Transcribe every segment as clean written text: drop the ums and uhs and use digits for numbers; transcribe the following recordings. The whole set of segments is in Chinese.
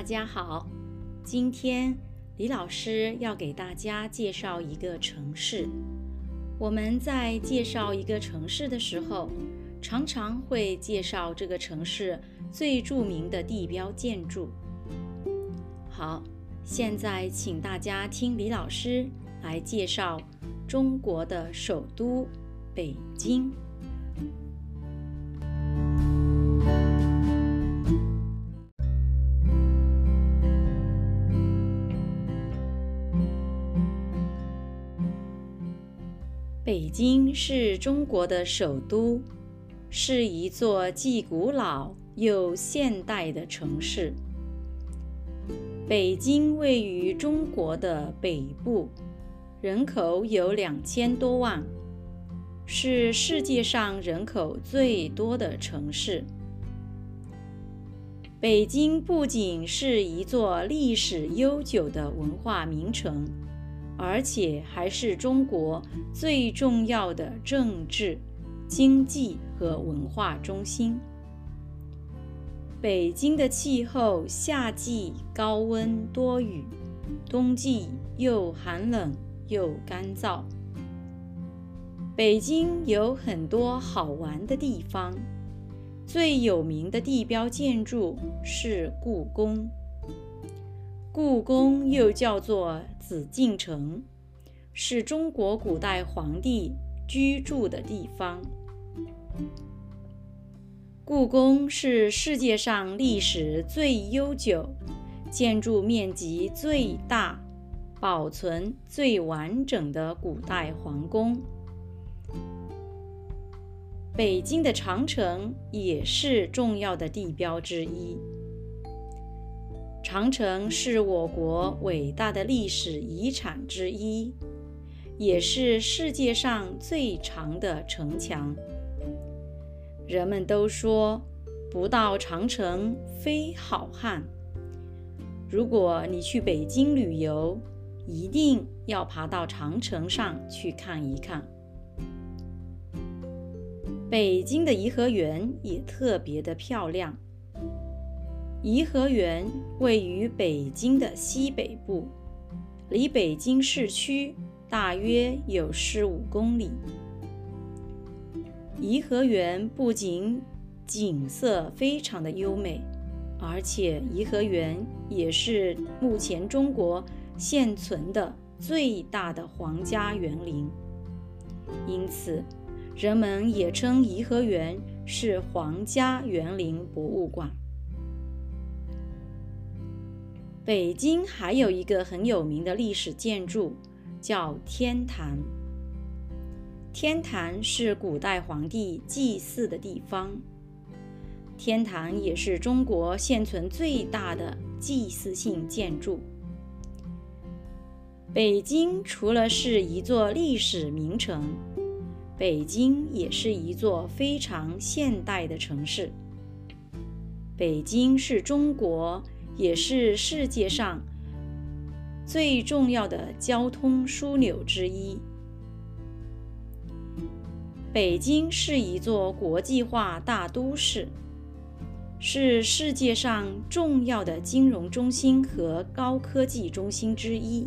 家好，今天李老师要给大家介绍一个城市。我们在介绍一个城市的时候，常常会介绍这个城市最著名的地标建筑。好，现在请大家听李老师来介绍中国的首都北京。北京是中国的首都，是一座既古老又现代的城市。北京位于中国的北部，人口有2000多万，是世界上人口最多的城市。北京不仅是一座历史悠久的文化名城，而且还是中国最重要的政治、经济和文化中心。北京的气候夏季高温多雨，冬季又寒冷又干燥。北京有很多好玩的地方，最有名的地标建筑是故宫。故宫又叫做紫禁城，是中国古代皇帝居住的地方。故宫是世界上历史最悠久、建筑面积最大、保存最完整的古代皇宫。北京的长城也是重要的地标之一。长城是我国伟大的历史遗产之一，也是世界上最长的城墙。人们都说不到长城非好汉。如果你去北京旅游，一定要爬到长城上去看一看。北京的颐和园也特别的漂亮。颐和园位于北京的西北部，离北京市区大约有15公里。颐和园不仅景色非常的优美，而且颐和园也是目前中国现存的最大的皇家园林，因此人们也称颐和园是皇家园林博物馆。北京还有一个很有名的历史建筑，叫天坛。天坛是古代皇帝祭祀的地方。天坛也是中国现存最大的祭祀性建筑。北京除了是一座历史名城，北京也是一座非常现代的城市。北京是中国也是世界上最重要的交通枢纽之一。北京是一座国际化大都市，是世界上重要的金融中心和高科技中心之一。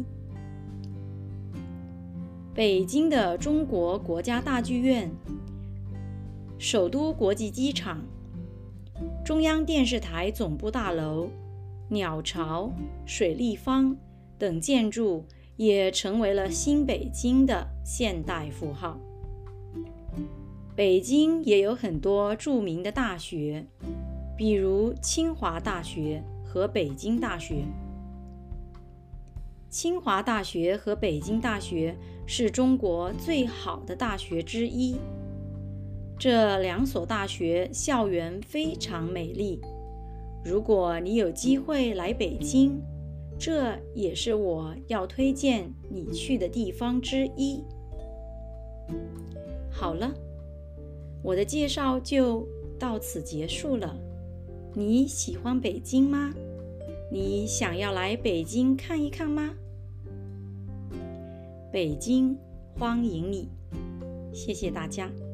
北京的中国国家大剧院、首都国际机场、中央电视台总部大楼、鸟巢、水立方等建筑也成为了新北京的现代符号。北京也有很多著名的大学，比如清华大学和北京大学。清华大学和北京大学是中国最好的大学之一。这2所大学校园非常美丽。如果你有机会来北京，这也是我要推荐你去的地方之一。好了，我的介绍就到此结束了。你喜欢北京吗？你想要来北京看一看吗？北京欢迎你，谢谢大家。